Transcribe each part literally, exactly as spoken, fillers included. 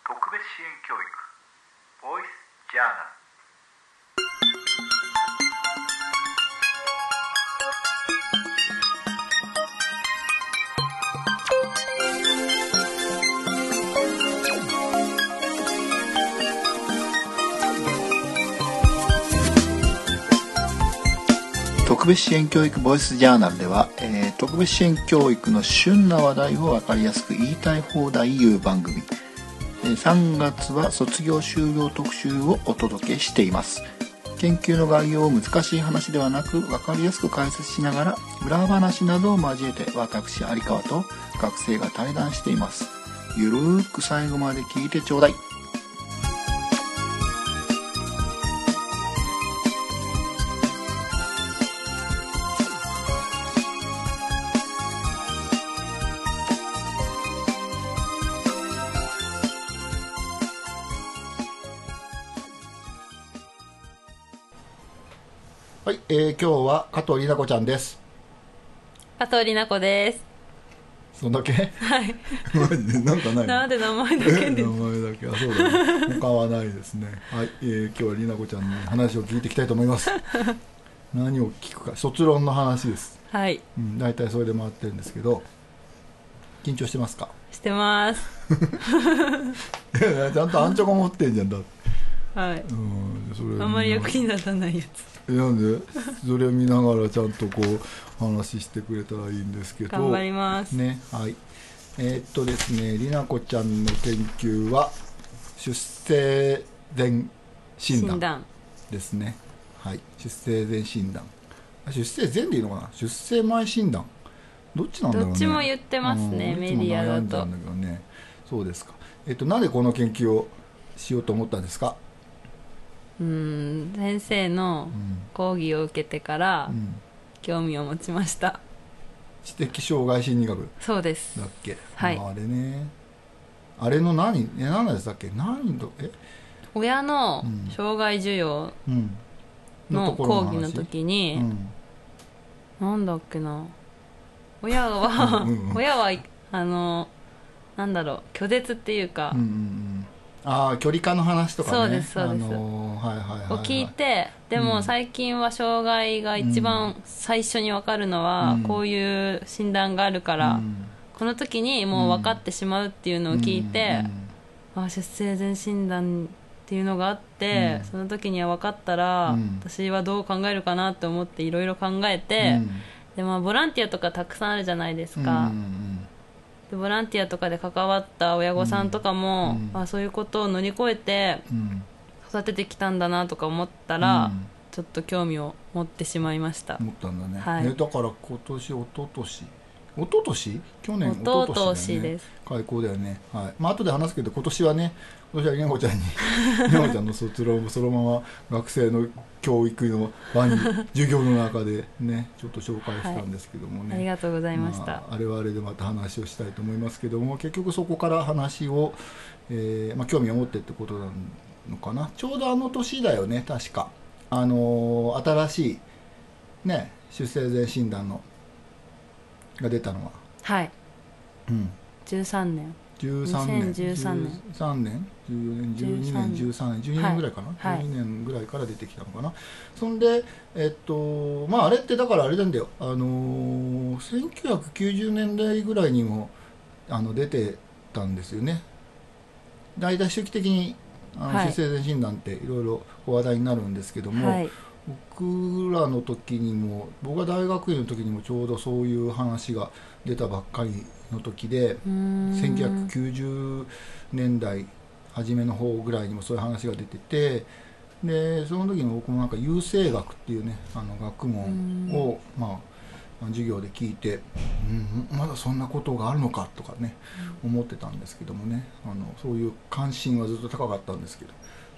特別支援教育ボイスジャーナル。特別支援教育ボイスジャーナルでは、えー、特別支援教育の旬な話題を分かりやすく言いたい放題いう番組、えー、さんがつは卒業修了特集をお届けしています。研究の概要を難しい話ではなく分かりやすく解説しながら裏話などを交えて私有川と学生が対談しています。ゆるーく最後まで聞いてちょうだい。はい、えー、今日は加藤里奈子ちゃんです。 加藤里奈子です。 そんだけ？ はい。 マジでなんかないの？ なんで名前だけです。 名前だけ。あ、そうだね。他はないですね。はい、えー、今日は里奈子ちゃんに話を聞いていきたいと思います。何を聞くか、卒論の話です。 はい。 うん、大体それで回ってるんですけど、緊張してますか？ してます。 ちゃんとアンチョコ持ってんじゃんだって。 はい。 うん、それあんまり役に立たないやつ。 なんでそれを見ながらちゃんとこう話してくれたらいいんですけど、 頑張りますね。はい、えー、っとですね里奈子ちゃんの研究は出生前診断ですね。はい、出生前診断、出生前でいいのかな、出生前診断、どっちなんだろうね。 どっちも言ってますね、うん、メディアだと。いつも悩んだんだけどね。そうですか。えー、っとなんでこの研究をしようと思ったんですか？ うーん、先生の講義を受けてから興味を持ちました。 知的障害心理学。 そうですだっけ。 はい。 あれね、あれの何え何でしたっけ、何度え親の障害授与の講義の時に、うん、なんだっけな、親は親はあのなんだろう、拒絶っていうか、うんうんうん、 ああ距離感の話とかね。 そうですそうです、あのーはいはいはいはい、を聞いて、でも最近は障害が一番最初に分かるのは、うん、こういう診断があるから、うん、この時にもう分かってしまうっていうのを聞いて、うん、あ、出生前診断っていうのがあって、うん、その時には分かったら、うん、私はどう考えるかなって思っていろいろ考えて、うん、でまあボランティアとかたくさんあるじゃないですか、うんうんうん、でボランティアとかで関わった親御さんとかも、うん、あ、そういうことを乗り越えて育ててきたんだなとか思ったら、うん、ちょっと興味を持ってしまいました。 思ったんだね、 はい。 えだから今年一昨年一昨年去年一昨年だよね、です開校だよね。はい。まあ後で話すけど、今年はね、今年はりなこちゃんにりなこちゃんの卒論をそのまま学生の教育の場に授業の中でねちょっと紹介したんですけどもね、はい、 ありがとうございました。 まあ、あれはあれでまた話をしたいと思いますけども、結局そこから話を、えーまあ、興味を持ってってことなのかな。ちょうどあの年だよね、確かあのー、新しいね出生前診断のが出たのは、 はい、 うん、 じゅうさんねんじゅうさんねんにせんじゅうさんねんじゅうさんねんじゅうよねんじゅうにねんじゅうさんねんじゅうにねんぐらいかな、 はい、 じゅうにねんぐらいから出てきたのかな。そんでえっとまああれってだからあれなんだよ、あのー、せんきゅうひゃくきゅうじゅうねんだいぐらいにもあの出てたんですよね。大体周期的にあの、はい、出生前診断っていろいろ話題になるんですけども、はい、僕らの時にも、僕が大学院の時にもちょうどそういう話が出たばっかりの時で、せんきゅうひゃくきゅうじゅうねんだい初めの方ぐらいにもそういう話が出てて、でその時に僕もなんか優生学っていうねあの学問をまあ授業で聞いて、うん、まだそんなことがあるのかとかね思ってたんですけどもね、あのそういう関心はずっと高かったんですけど、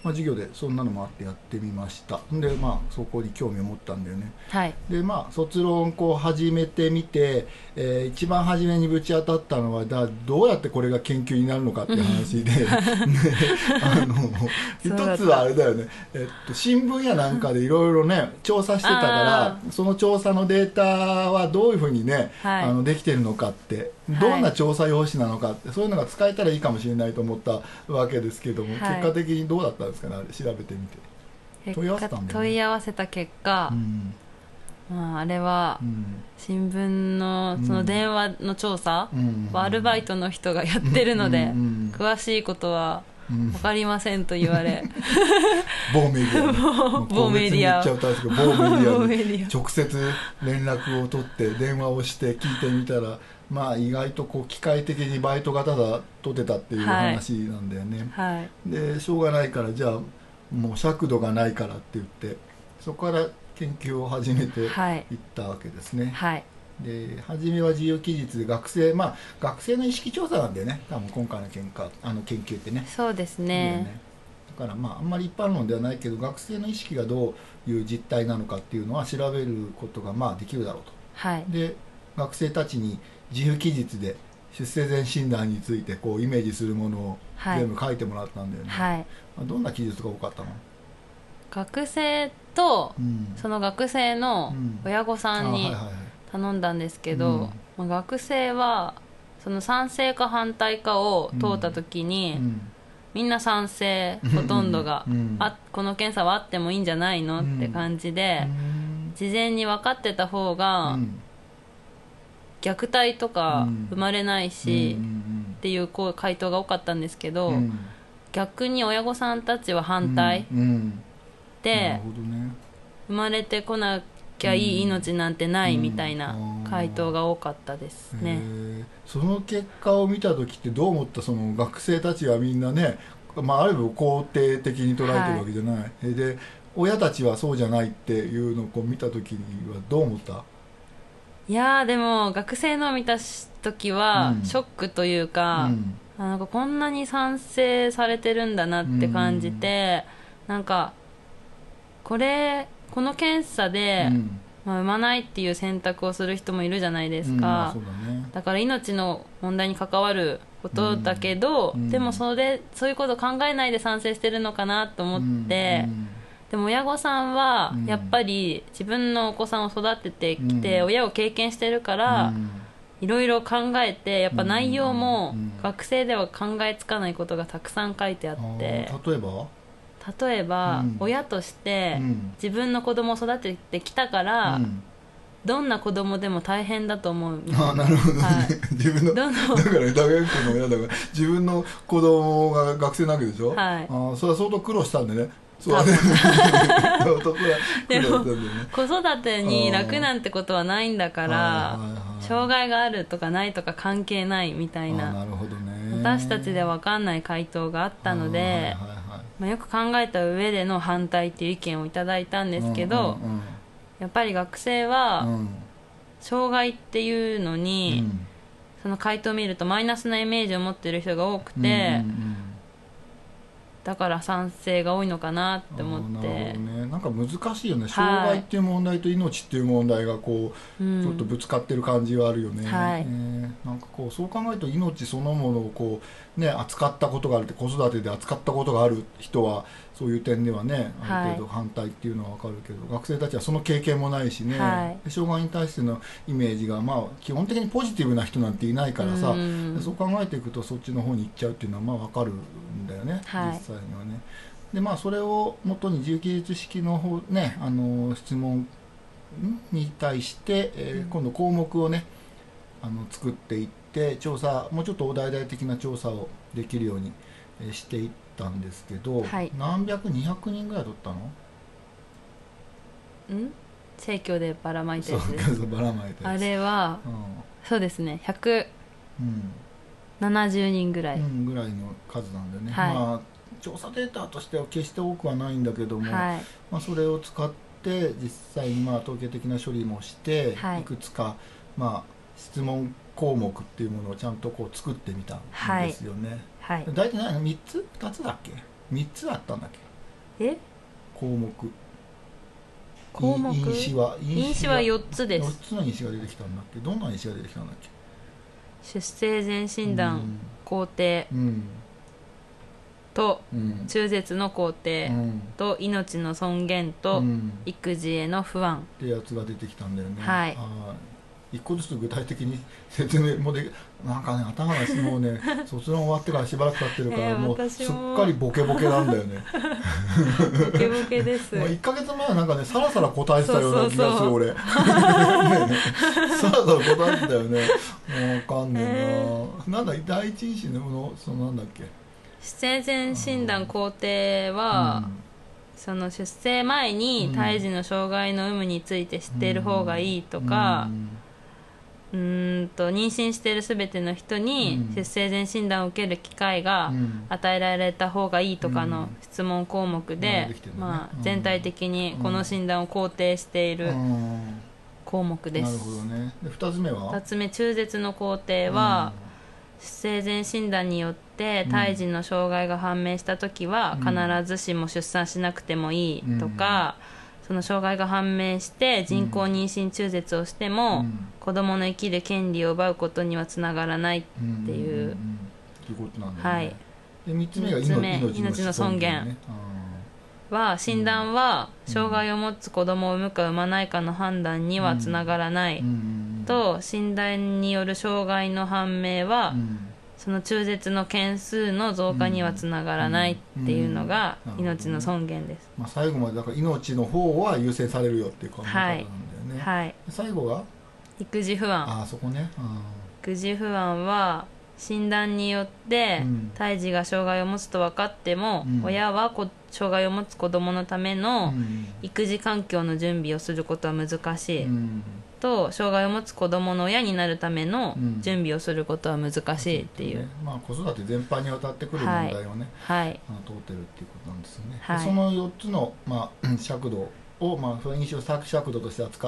まあ、授業でそんなのもあってやってみました。でまあそこに興味を持ったんだよね。 はい、 でまあ卒論こう始めてみて、えー、一番初めにぶち当たったのはだどうやってこれが研究になるのかっていう話で、であの一つはあれだよね、えっと、新聞やなんかでいろいろね調査してたからその調査のデータはどういうふうにね、はい、あのできてるのかってどんな調査用紙なのかって、はい、そういうのが使えたらいいかもしれないと思ったわけですけども、はい、結果的にどうだったんですかね、あれ調べてみて。問い合わせたんだよね。 問い合わせた結果、うんまあ、あれは新聞 の, その電話の調査はアルバイトの人がやってるので詳しいことは分かりませんと言われ某メディア、ね、 某メディア某メディアに直接連絡を取って電話をして聞いてみたら、まあ意外とこう機械的にバイトがただ取ってたっていう話なんだよね、 はいはい、 でしょうがないからじゃあもう尺度がないからって言ってそこから研究を始めていったわけですね、 はい、 で初めは自由記述で学生まあ学生の意識調査なんだよね多分今回の研究あの研究ってね。 そうですね、 ねだからまああんまり一般論ではないけど学生の意識がどういう実態なのかっていうのは調べることがまあできるだろうと、 はい、 で学生たちに自由記述で出生前診断についてこうイメージするものを全部書いてもらったんだよね、 はい、 まあ、どんな記述が多かったの？ 学生と、うん、その学生の親御さんに頼んだんですけど、まあ、学生はその賛成か反対かを問うた時に、うんうん、みんな賛成ほとんどが、うん、あこの検査はあってもいいんじゃないのって感じで、事前に分かってた方が、虐待とか生まれないし、っていうこう回答が多かったんですけど、逆に親御さんたちは反対、で、生まれてこなきゃいい命なんてないみたいな回答が多かったですね、 うん、へその結果を見た時ってどう思った？その学生たちはみんなね、まあ、ある意味肯定的に捉えてるわけじゃない、はい、で親たちはそうじゃないっていうのをこう見た時にはどう思った？ いやーでも学生のを見た時はショックというか、うん、なんかこんなに賛成されてるんだなって感じて、うん、なんかこれこの検査で、うんまあ、産まないっていう選択をする人もいるじゃないですか、うんまあそうだね、だから命の問題に関わることだけど、うん、でもそれそういうことを考えないで賛成してるのかなと思って、うん、でも親御さんはやっぱり自分のお子さんを育ててきて、うん、親を経験してるからいろいろ考えてやっぱ内容も学生では考えつかないことがたくさん書いてあって、 例えば例えば、うん、親として自分の子供を育ててきたから、うん、どんな子供でも大変だと思うみたいな。 あなるほどね、はい、自分のだから大学生の親だから自分の子供が学生なわけでしょ、はい、あそれは相当苦労したんでね。そうねでも子育てに楽なんてことはないんだから障害があるとかないとか関係ないみたいな、 なるほど、ね、 私たちで分かんない回答があったので、はいはいはいまあ、よく考えた上での反対っていう意見をいただいたんですけど、うんうんうん、やっぱり学生は障害っていうのに、うん、その回答を見るとマイナスなイメージを持っている人が多くて、うんうんうんだから賛成が多いのかなって思って。 なるほどね、なんか難しいよね、障害っていう問題と命っていう問題がこう、うん、ちょっとぶつかってる感じはあるよね、はいえー、なんかこうそう考えると命そのものをこう、ね、扱ったことがあるって子育てで扱ったことがある人はそういう点ではねある程度反対っていうのは分かるけど、はい、学生たちはその経験もないしね、はい、障害に対してのイメージが、まあ、基本的にポジティブな人なんていないからさ、うん、そう考えていくとそっちの方に行っちゃうっていうのはまあ分かるんだよね、はい、実際にはね。でまあそれをもとに自由記述式の方、ね、あの質問に対して、えー、今度項目をねあの作っていって調査もうちょっと大々的な調査をできるようにしていったんですけど、はい、何百にひゃくにんぐらい取ったの？ ん生協でばらまいたやつです。 そうばらまいたやつあれは、うん、そうですねひゃくななじゅうにんぐらい、 うん、ぐらいの数なんだよね、はいまあ、調査データとしては決して多くはないんだけども、はいまあ、それを使って実際にまあ統計的な処理もして、はい、いくつかまあ質問項目っていうものをちゃんとこう作ってみたんですよね、はいはい、大体何みっつふたつだっけみっつあったんだっけえ項目項目因子は因子はよっつです。 よっつの因子が出てきたんだっけ。どんな因子が出てきたんだっけ。 出生前診断、うん、工程、うん、と、うん、中絶の工程、うん、と命の尊厳と、うん、育児への不安ってやつが出てきたんだよね。 はい。 一個ずつ具体的に説明もでなんかね頭がもうね卒論終わってからしばらく経ってるから、えー、もうすっかりボケボケなんだよねボケボケですもういっかげつまえはなんかねさらさら答えてたような気がする俺ねさらさら答えてたよね。もう分かんねえな、えー、なんだ第一因子ののそのなんだっけ出生前診断工程は、うん、その出生前に胎児の障害の有無について知っている方がいいとか、うんうーんと妊娠しているすべての人に出生前診断を受ける機会が与えられた方がいいとかの質問項目で、まあ、全体的にこの診断を肯定している項目です。 なるほどね。でふたつめはふたつめ中絶の工程は、出生前診断によって胎児の障害が判明した時は必ずしも出産しなくてもいいとか、その障害が判明して人工妊娠中絶をしても、うん、子供の生きる権利を奪うことにはつながらないっていう、うんうんうん、 っていうことなんだね。 はい。 でみっつめが命, 命, 命の尊厳は診断は障害を持つ子供を産むか産まないかの判断にはつながらない、うんうんうん、と診断による障害の判明は、うんその中絶の件数の増加にはつながらないっていうのが命の尊厳です、 うんうんうんまあ、最後までだから命の方は優先されるよっていう考え方なんだよね、 はいはい、 最後が育児不安。 あそこね、 育児不安は診断によって胎児が障害を持つと分かっても、うん、親は障害を持つ子どものための育児環境の準備をすることは難しい、うんと障害を持つ子どもの親になるための準備をすることは難しいっていう、うんねまあ、子育て全般にわたってくる問題をね、 はい、 あの通ってるっていうことなんですよね、 はい、 そのよっつの、まあ、尺度を、まあ、印象尺度として扱って、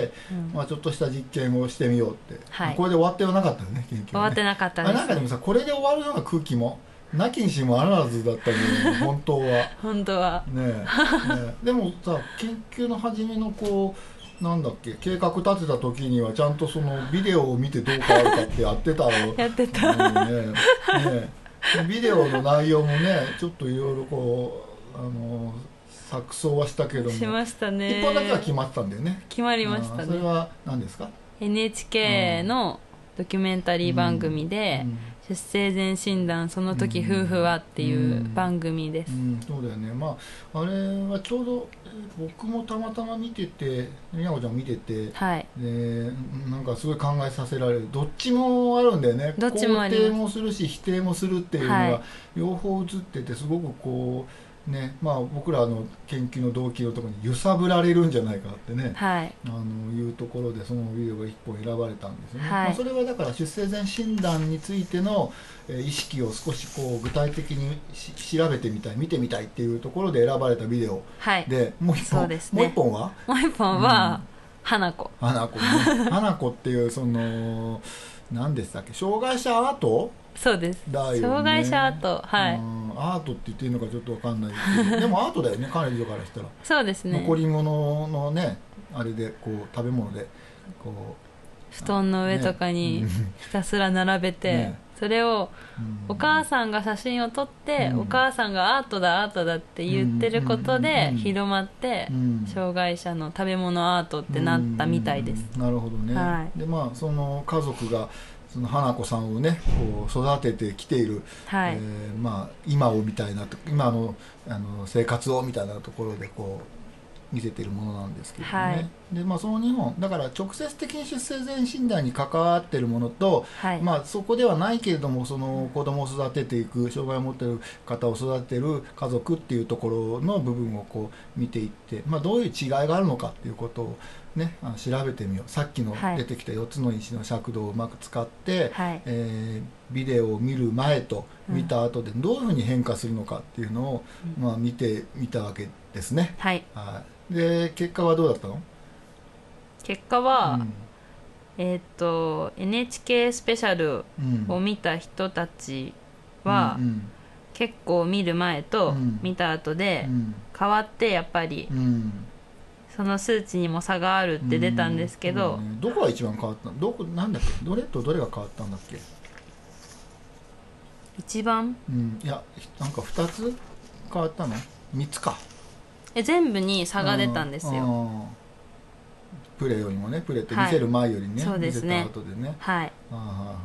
うんまあ、ちょっとした実験をしてみようって、 はいまあ、 これで終わってはなかったよね研究ね終わってなかったです。 なんかでもさこれで終わるような空気もなきにしもあらずだったんだよね本当は本当はねえ、ねえでもさ研究の初めのこうなんだっけ計画立てた時にはちゃんとそのビデオを見てどう変わるかってやってたろやってた、 ねね、ビデオの内容もねちょっといろいろこうあの錯綜はしたけどもしましたね。 一本だけは決まったんだよね。 決まりましたね。 それは何ですか？ エヌエイチケー のドキュメンタリー番組で、うんうん出生前診断その時夫婦はっていう番組です、 うんうん、そうだよね。まああれはちょうど僕もたまたま見ててみなこちゃん見てて、 はい、 でなんかすごい考えさせられる。どっちもあるんだよね。 どっちもあります。 肯定もするし否定もするっていうのが両方映っててすごくこうねまあ、僕らの研究の動機のところに揺さぶられるんじゃないかってね、 はい、 あのいうところでそのビデオがいっぽん選ばれたんですよね、 はいまあ、それはだから出生前診断についての、えー、意識を少しこう具体的にし調べてみたい見てみたいっていうところで選ばれたビデオで、 はい、 もう一本、 ね、 もう一本はもう一本は、うん、花子花子ね花子っていうその何でしたっけ障害者アートそうです、 ね、 障害者アートはい、 アートって言っていいのかちょっと分かんないけどでもアートだよね彼女からしたらそうですね残り物のねあれでこう食べ物でこう布団の上とかにひたすら並べて、ね、それをお母さんが写真を撮って、うん、お母さんがアートだアートだって言ってることで広まって、うん、障害者の食べ物アートってなったみたいです、 うん、なるほどね、 はい、 でまあその家族がその花子さんをねこう育ててきている、 はいえーまあ、今をみたいな今の、あの生活をみたいなところでこう見せているものなんですけどね、はい、でまあ、そのにほんだから直接的に出生前診断に関わっているものと、 はいまあ、そこではないけれどもその子供を育てていく障害を持っている方を育てている家族っていうところの部分をこう見ていって、まあ、どういう違いがあるのかっていうことをね、あの調べてみよう。さっきの出てきたよっつの因子の尺度をうまく使って、 はいえー、ビデオを見る前と見た後でどういうふうに変化するのかっていうのを、うんまあ、見てみたわけですね、 はい、 はい、で結果はどうだったの？ 結果は、うん、えー、っと エヌエイチケー スペシャルを見た人たちは、うんうん結構見る前とうん見た後でうん変わってやっぱりうんその数値にも差があるって出たんですけど、 うんそうだね、どこが一番変わったの？どこなんだっけ？どれとどれが変わったんだっけ？ 一番うん、いやなんかふたつ変わったの？みっつか。 え全部に差が出たんですよ。 うんうんプレよりもね、プレって見せる前よりね、 はい、そうですね、 見せた後でね。 はい。 あはいはい。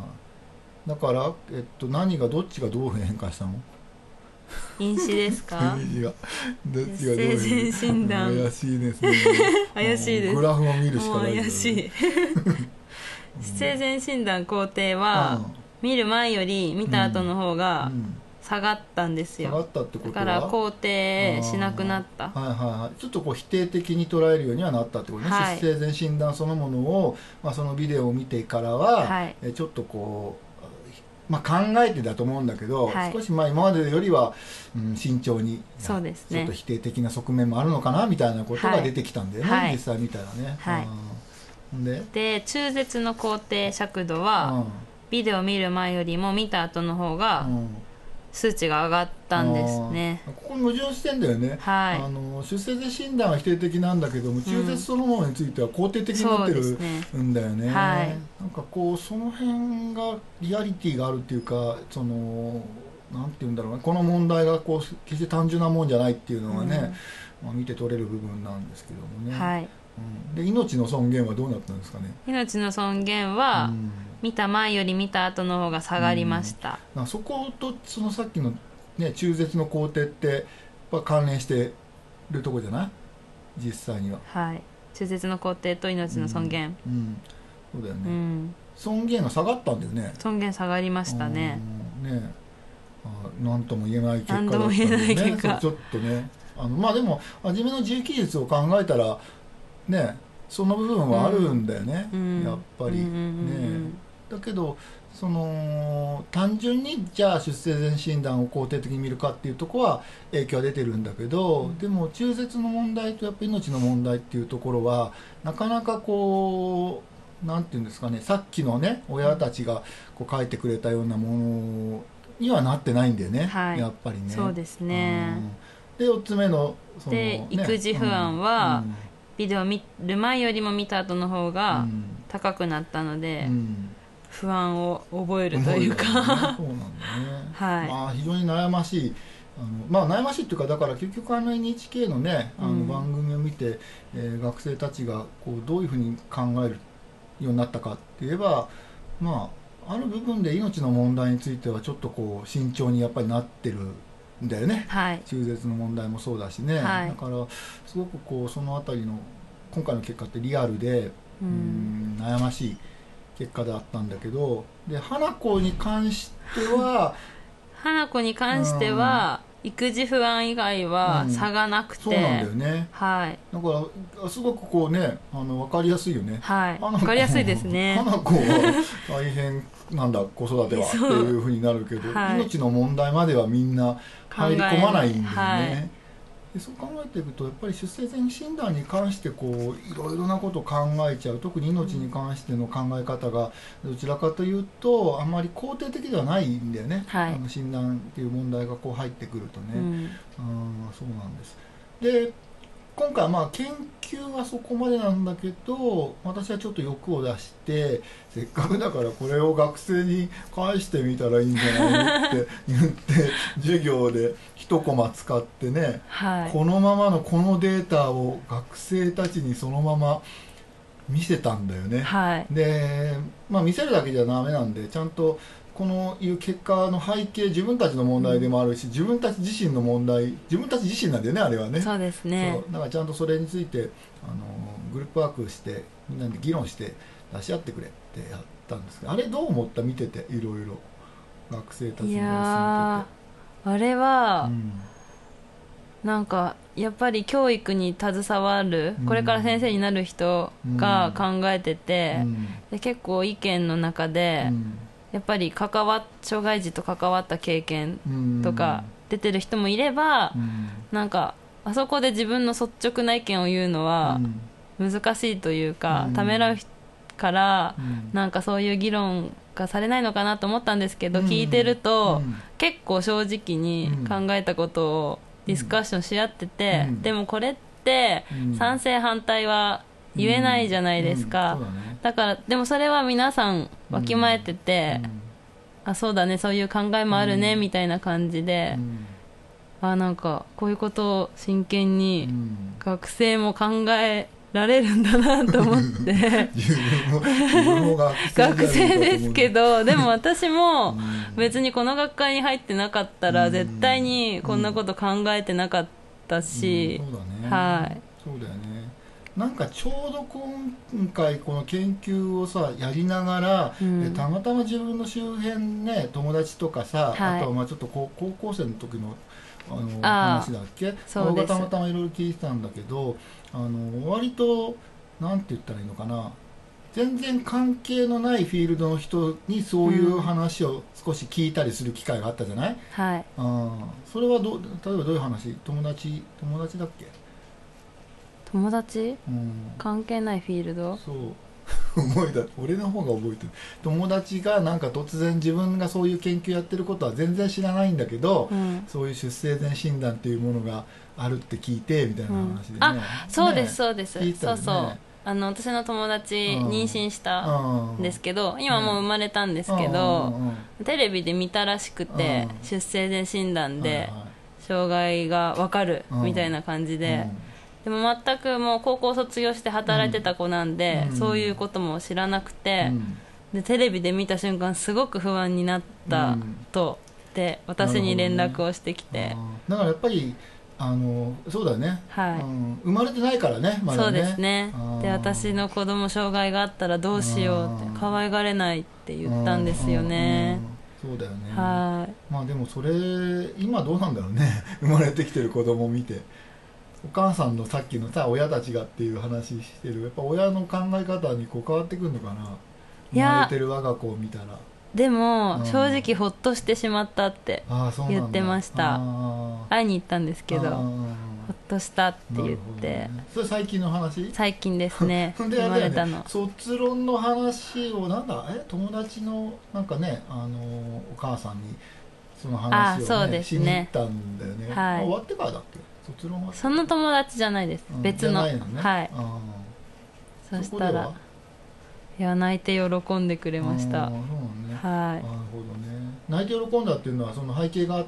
だから、えっと、何がどっちがどう変化したの？ 因子ですか？ 因子がどっちがどう出生前診断怪しいですね。 怪しいです。 グラフを見るしかない、 もう怪しい。出生前診断工程は、うん、見る前より見た後の方が下がったんですよ。 下がったってことはだから肯定しなくなった。 はいはいはい。ちょっとこう否定的に捉えるようにはなったってことね。はい、出生前診断そのものを、まあ、そのビデオを見てからは、はい、えちょっとこうまあ、考えてだと思うんだけど、はい、少しまあ今までよりは、うん、慎重にそうですね、 ちょっと否定的な側面もあるのかなみたいなことが出てきたんだよね、はい、実際見たらね、 はいうん、で, で中絶の肯定尺度は、うん、ビデオ見る前よりも見た後の方が数値が上がったんですね、 うん、ここ矛盾してんだよね、はい、あの出生前診断は否定的なんだけども中絶そのものについては肯定的になってるんだよね、うんはい、なんかこうその辺がリアリティがあるっていうかそのなんていうんだろうねこの問題がこう決して単純なもんじゃないっていうのがね、うんまあ、見て取れる部分なんですけどもね、はいうん、で命の尊厳はどうなったんですかね。 命の尊厳は、うん、見た前より見た後の方が下がりました、 うん、そことそのさっきの、ね、中絶の工程って関連してるとこじゃない実際には。 はい中絶の工程と命の尊厳、 うんうん、そうだよね、うん、尊厳が下がったんだよね。 尊厳下がりましたね。 ねあなんとも言えない結果だったんだよね。ちょっとねあのまあでも初めの自由記述を考えたらねその部分はあるんだよね、うん、やっぱり、うんうんうん、ねだけどその単純にじゃあ出生前診断を肯定的に見るかっていうところは影響は出てるんだけど、うん、でも中絶の問題とやっぱ命の問題っていうところはなかなかこうなんていうんですかねさっきのね親たちがこう書いてくれたようなものにはなってないんだよね、はい、やっぱりね。 そうですね、 うん、でよっつめのその、 ね、で育児不安は、うん、ビデオ見る前よりも見た後の方が高くなったので、うん、不安を覚えるというか、ね、そうなんだね、 はいまあ、非常に悩ましいあの、まあ、悩ましいというかだから結局あの エヌエイチケー のねあの番組を見て、うんえー、学生たちがこうどういうふうに考えるようになったかって言えばまあある部分で命の問題についてはちょっとこう慎重にやっぱりなってるんだよね、はい、中絶の問題もそうだしね、はい、だからすごくこうそのあたりの今回の結果ってリアルで、うん、うん悩ましい結果であったんだけどで花子に関しては花子に関しては、うん、育児不安以外は差がなくて、うん、 そうなんだよね、 はい、 だからすごくこうねあの分かりやすいよね、 はい、分かりやすいですね。 花子は大変なんだ子育てはっていうふうになるけど、はい、命の問題まではみんな入り込まないんだよね、はい、でそう考えていくとやっぱり出生前診断に関してこういろいろなことを考えちゃう特に命に関しての考え方がどちらかというとあんまり肯定的ではないんだよね、はい、あの診断っていう問題がこう入ってくるとね、うん、うんそうなんです。で今回はまあ研究はそこまでなんだけど私はちょっと欲を出してせっかくだからこれを学生に返してみたらいいんじゃないって言って授業で一コマ使ってね、はい、このままのこのデータを学生たちにそのまま見せたんだよね、はい、で、まあ、見せるだけじゃダメなんでちゃんとこのいう結果の背景自分たちの問題でもあるし、うん、自分たち自身の問題自分たち自身なんだよねあれはね。 そうですね。 そうだからちゃんとそれについてあのグループワークしてみんなで議論して出し合ってくれってやったんですけどあれどう思った見てていろいろ学生たちの様子見てて。いやあれは、うん、なんかやっぱり教育に携わる、うん、これから先生になる人が考えてて、うん、で結構意見の中で、うんやっぱり関わ障害児と関わった経験とか出てる人もいれば、うん、なんかあそこで自分の率直な意見を言うのは難しいというか、うん、ためらうから、 うん、 なんかそういう議論がされないのかなと思ったんですけど、うん、聞いてると、うん、結構正直に考えたことをディスカッションし合ってて、うん、でもこれって賛成反対は言えないじゃないですか、うんうん だ, ね、だからでもそれは皆さんわきまえてて、あ、そうだね、そういう考えもあるね、みたいな感じで、あ、なんかこういうことを真剣に学生も考えられるんだなと思って自分も自分も学生学生ですけど、でも私も別にこの学会に入ってなかったら絶対にこんなこと考えてなかったし、 うんうん、そうだね、 はい、 そうだよね。なんかちょうど今回この研究をさやりながら、うん、たまたま自分の周辺ね、友達とかさ、はい、あとはまあちょっと高校生の時のあの話だっけ、 そうです、 がたまたまいろいろ聞いてたんだけど、あの割となんて言ったらいいのかな、全然関係のないフィールドの人にそういう話を少し聞いたりする機会があったじゃない、 うん、はい、 あ、それはど例えばどういう話、友達友達だっけ、 友達、 うん、 関係ないフィールド、 そう思いだ俺の方が覚えてる。友達がなんか突然自分がそういう研究やってることは全然知らないんだけど、うん、そういう出生前診断っていうものがあるって聞いてみたいな話でね、うん、 あ、そうですそうです、 ね、 そうそう、あの私の友達妊娠したんですけど、今もう生まれたんですけど、テレビで見たらしくて、出生前診断で障害が分かるみたいな感じで、でも全くもう高校卒業して働いてた子なんで、うん、そういうことも知らなくて、うん、でテレビで見た瞬間すごく不安になったと、うん、で私に連絡をしてきて、 ね、だからやっぱりあのそうだね、 はい、 うん、生まれてないからね、まだね、 そうですね。で私の子供障害があったらどうしようって、可愛がれないって言ったんですよね。 そうだよね。 はい、 まあでもそれ今どうなんだろうね生まれてきてる子供を見て、お母さんのさっきのさ親たちがっていう話してる、やっぱ親の考え方にこう変わってくるのかな、生まれてる我が子を見たら。 でも正直ほっとしてしまったって言ってました。会いに行ったんですけどほっとしたって言って、ね、 それ最近の話？ 最近ですね生まれたの、ね、 卒論の話をなんだえ友達のなんかね、あのお母さんにその話を、ね、ね、しに行ったんだよね、はい、終わってからだっけ、卒論は。 その友達じゃないです、うん、別の、のね、はい、そしたらいや泣いて喜んでくれました。 そうね、 はい、なるほどね。泣いて喜んだっていうのはその背景があって、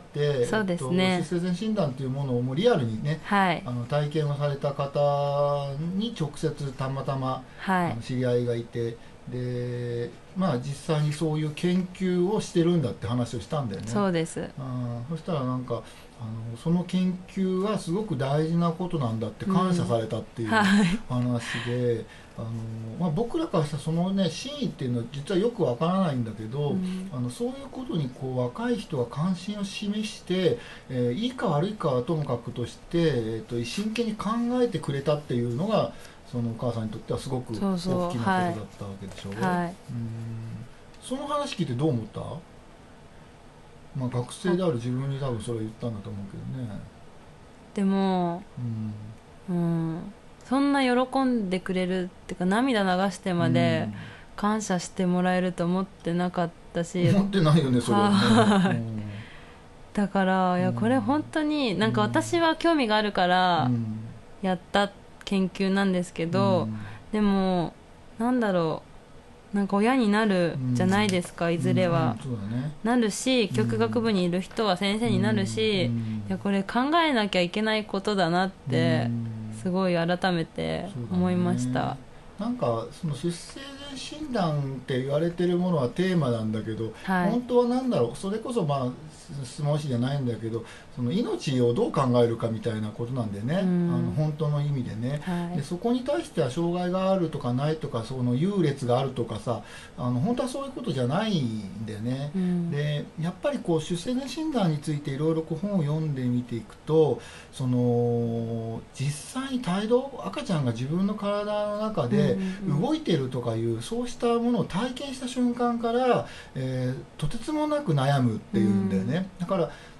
そうですね、 えっと、出生前診断っていうものをもうリアルにね、はい、あの体験をされた方に直接たまたま、はい、あの知り合いがいて、でまあ実際にそういう研究をしてるんだって話をしたんだよね。 そうです。 あ、そしたらなんかあのその研究はすごく大事なことなんだって感謝されたっていう話で、うん、はい、あのまあ、僕らからしたらそのね真意っていうのは実はよくわからないんだけど、うん、あのそういうことにこう若い人が関心を示して、えー、いいか悪いかはともかくとして、えー、と真剣に考えてくれたっていうのがそのお母さんにとってはすごく大きなことだったわけでしょう。はい、うん、その話聞いてどう思った？まあ、学生である自分に多分それを言ったんだと思うけどね。 でも、うん、うん、そんな喜んでくれるっていうか涙流してまで感謝してもらえると思ってなかったし、 思ってないよねそれはね、うん、 だからいやこれ本当になんか私は興味があるからやった研究なんですけど、うん、でもなんだろう、なんか親になるじゃないですか、うん、いずれは、うん、そうだね、なるし、教育学部にいる人は先生になるし、うん、いやこれ考えなきゃいけないことだなってすごい改めて思いました。 なんかその出生前診断って言われてるものはテーマなんだけど、はい、本当は何だろう、それこそまあ質問紙じゃないんだけど、その命をどう考えるかみたいなことなんでね、うん、あの本当の意味でね、はい、でそこに対しては障害があるとかないとか、その優劣があるとかさ、あの本当はそういうことじゃないんだよね、うん、でやっぱりこう出生前診断についていろいろ本を読んでみていくと、その実際に胎動、赤ちゃんが自分の体の中で動いてるとかいう、そうしたものを体験した瞬間から、えー、とてつもなく悩むっていうんだよね、うん、だから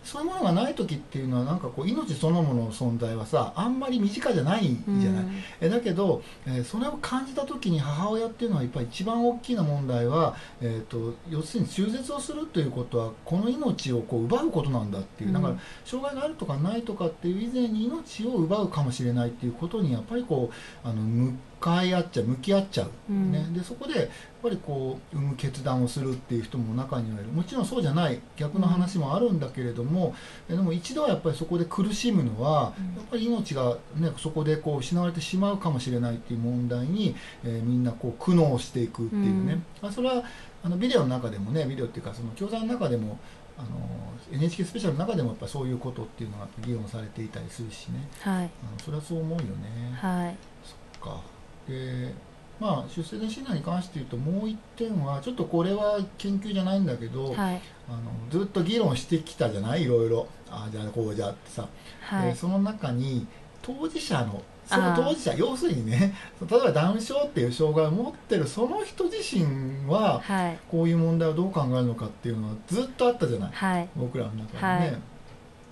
そういうものがない時っていうのはなんかこう命そのものの存在はさあんまり身近じゃないじゃない、うん、えだけど、えー、それを感じた時に母親っていうのはやっぱり一番大きな問題は、えー、と要するに中絶をするということはこの命をこう奪うことなんだっていう、うん、だから障害があるとかないとかっていう以前に命を奪うかもしれないっていうことにやっぱりこうあの向かい合っちゃう向き合っちゃう、ね、うん、でそこでやっぱりこう産む決断をするっていう人も中にはいる。もちろんそうじゃない逆の話もあるんだけれども、うん、でも一度はやっぱりそこで苦しむのは、うん、やっぱり命が、ね、そこでこう失われてしまうかもしれないっていう問題に、えー、みんなこう苦悩していくっていうね、うん、それはあのビデオの中でもねビデオっていうかその教材の中でもあの エヌエイチケー スペシャルの中でもやっぱそういうことっていうのが議論されていたりするしね、はい、あのそれはそう思うよね。 はい、 そっか。でまあ、出生前診断に関して言うともう一点はちょっとこれは研究じゃないんだけど、はい、あのずっと議論してきたじゃないいろいろああじゃあこうじゃってさ、はい、その中に当事者のその当事者要するにね例えばダウン症っていう障害を持ってるその人自身は、はい、こういう問題をどう考えるのかっていうのはずっとあったじゃない、はい、僕らの中でね、はい、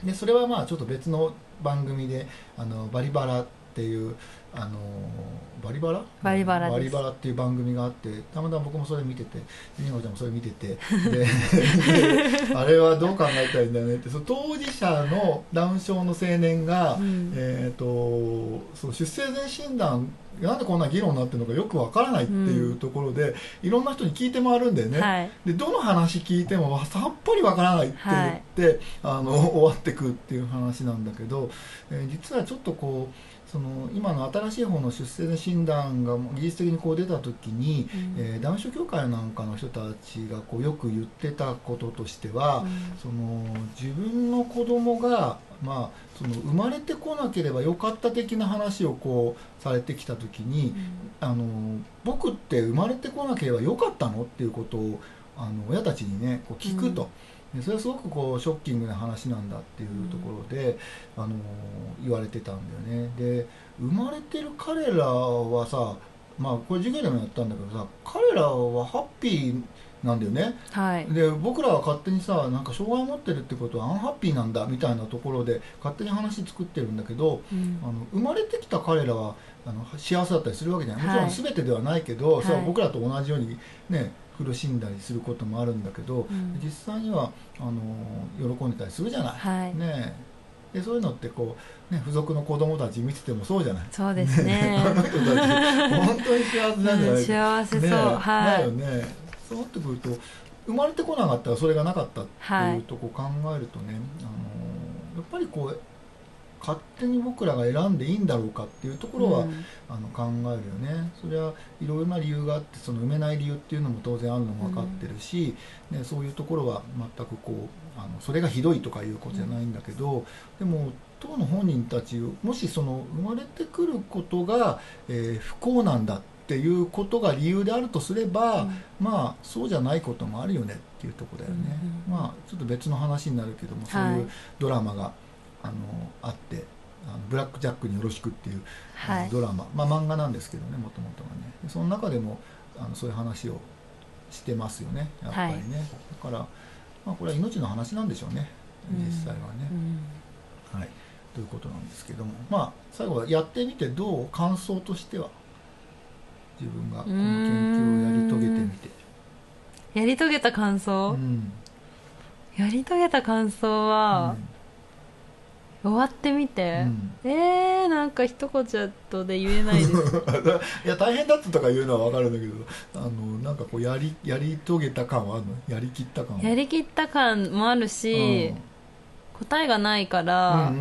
でそれはまあちょっと別の番組であのバリバラっていうあのバリバラバリバラです。 バリバラっていう番組があってたまたま僕もそれ見ててりんごちゃんもそれ見ててでであれはどう考えたらいいんだよねってその当事者のダウン症の青年が、うん、えー、とその出生前診断なんでこんな議論になってるのかよくわからないっていうところで、うん、いろんな人に聞いて回るんだよね、はい、でどの話聞いてもさっぱりわからないって言って、はい、あの終わってくっていう話なんだけど、えー、実はちょっとこうその今の新しい方の出生前診断が技術的にこう出た時に、うん、えー、ダウン症協会なんかの人たちがこうよく言ってたこととしては、うん、その自分の子供がまあ、その生まれてこなければよかった的な話をこうされてきた時に、うん、あの僕って生まれてこなければよかったのっていうことをあの親たちにねこう聞くと、うん、でそれはすごくこうショッキングな話なんだっていうところで、うん、あの言われてたんだよね。で生まれてる彼らはさ、まあこれ授業でもやったんだけどさ彼らはハッピーなんだよね、はい、で僕らは勝手にさなんか障害を持ってるってことはアンハッピーなんだみたいなところで勝手に話作ってるんだけど、うん、あの生まれてきた彼らはあの幸せだったりするわけじゃない、はい、もちろん全てではないけど、はい、それは僕らと同じようにね苦しんだりすることもあるんだけど、うん、実際にはあの喜んでたりするじゃない、はい、ねでそういうのってこう、ね、付属の子供たち見ててもそうじゃない。 そうですねあの人たち本当に幸せなんじゃない、うん、 幸せそう、ね、はい、 だよね。そうなってくると生まれてこなかったらそれがなかったっていうところを考えるとね、はい、あのやっぱりこう勝手に僕らが選んでいいんだろうかっていうところは、うん、あの考えるよね。それはいろいろな理由があってその産めない理由っていうのも当然あるのも分かってるし、うんね、そういうところは全くこうあのそれがひどいとかいうことじゃないんだけど、うん、でも当の本人たちもしその生まれてくることが、えー、不幸なんだっていうことが理由であるとすれば、うん、まあそうじゃないこともあるよねっていうところだよね、うんうん、まあちょっと別の話になるけども、はい、そういうドラマがあのあってあのブラック・ジャックによろしくっていう、はい、ドラマ、まあ、漫画なんですけどねもともとがねその中でもあのそういう話をしてますよねやっぱりね、はい、だから、まあ、これは命の話なんでしょうね実際はね、うん、はい、ということなんですけども、まあ最後はやってみてどう感想としては自分がこの研究をやり遂げてみてやり遂げた感想、うん、やり遂げた感想は、うん、終わってみて、うん、えーなんか一言で言えないですいや大変だったとか言うのは分かるんだけどあのなんかこうやりやり遂げた感はあるのやりきった感はやりきった感もあるし、うん、答えがないから、うんうんうん、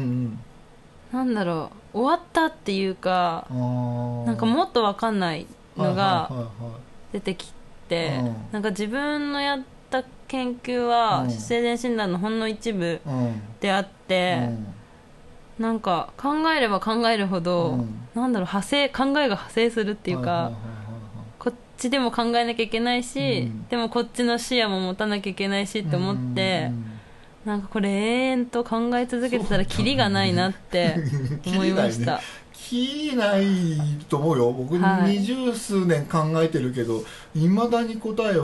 なんだろう終わったっていうかなんかもっと分かんないのが出てきて、なんか自分のやった研究は出生前診断のほんの一部であって、なんか考えれば考えるほど、なんだろう派生考えが派生するっていうか、こっちでも考えなきゃいけないし、でもこっちの視野も持たなきゃいけないしって思って、なんかこれ永遠と考え続けてたらキリがないなって思いました。 きりないと思うよ僕、はい、二十数年考えてるけどいまだに答えは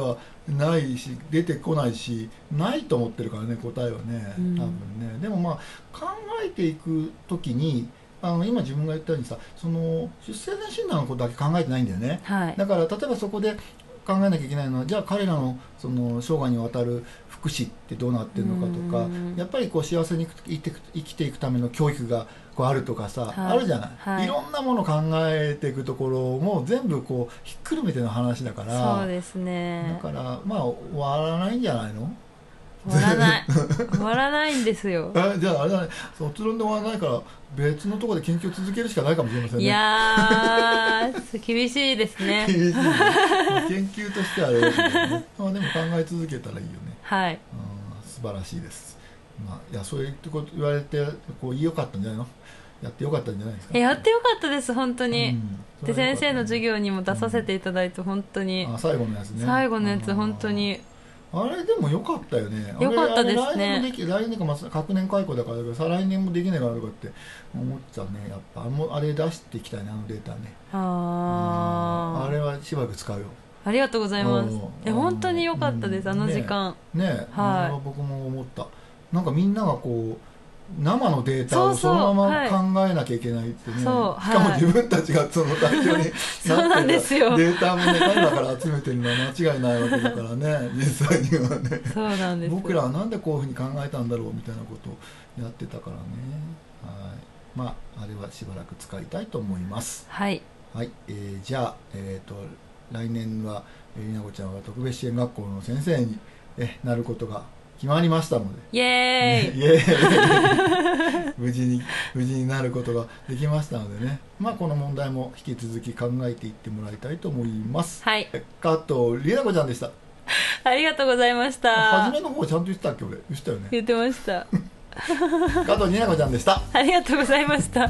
ないし出てこないし、ないと思ってるからね、答えはね、多分ね、うん、でもまあ考えていくときに、あの今自分が言ったようにさ、その出生前診断のことだけ考えてないんだよね、 はい、 だから例えばそこで考えなきゃいけないのは、じゃあ彼らのその生涯にわたる福祉ってどうなってるのかとか、やっぱりこう幸せに生きていく、生きていくための教育がこうあるとかさ、はい、あるじゃない、はい、いろんなものを考えていくところも全部こうひっくるめての話だから、 そうですね、 だからまあ終わらないんじゃないの？ 終わらない終わらないんですよ。 あ、じゃああれだね、卒論で終わらないから別のところで研究を続けるしかないかもしれませんね。 いやー厳しいですね。 厳しいね研究としてはあれですけどねまあでも考え続けたらいいよね。 はい、 うん、素晴らしいです。まあ、いやそういうこと言われてこういいよかったんじゃないの？やってよかったんじゃないですか。 やってよかったです本当に、うん、で先生の授業にも出させていただいて本当に、 うん、あ、最後のやつね。 最後のやつ本当にあれでもよかったよね。 よかったですね。 来年もでき、来年か、まあ、学年解雇だから再来年もできないからとかって思っちゃうね。やっぱあのあれ出していきたいね、あのデータね。ああ、あれはしばらく使うよ。 ありがとうございます。え本当によかったです、うん、あの時間ねえ、ね、はい、僕も思った。なんかみんながこう生のデータをそのまま考えなきゃいけないってね、そうそう、はい、しかも自分たちがその対象になってるそうなんですよ。 データもね彼らから集めてるのは間違いないわけだからね実際にはね。 そうなんです。 僕らはなんでこういうふうに考えたんだろうみたいなことをやってたからね。はい、まああれはしばらく使いたいと思います。 はい、 はい、えー、じゃあ、えーと、来年はりなこちゃんは特別支援学校の先生にえなることが決まりましたので、 イエーイ、 ね、イエーイ無事に無事になることができましたのでね、まあこの問題も引き続き考えていってもらいたいと思います。 はい、 加藤りなこちゃんでした。 ありがとうございました。 初めの方ちゃんと言ってたっけ？俺言ってたよね。 言ってました加藤りなこちゃんでした。 ありがとうございました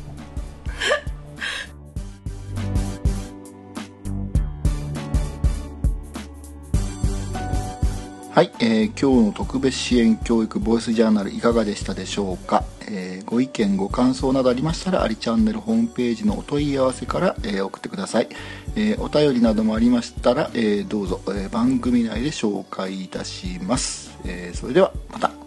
はい、えー、今日の特別支援教育ボイスジャーナルいかがでしたでしょうか。えー、ご意見ご感想などありましたらありチャンネルホームページのお問い合わせから、えー、送ってください。えー、お便りなどもありましたら、えー、どうぞ、えー、番組内で紹介いたします。えー、それではまた。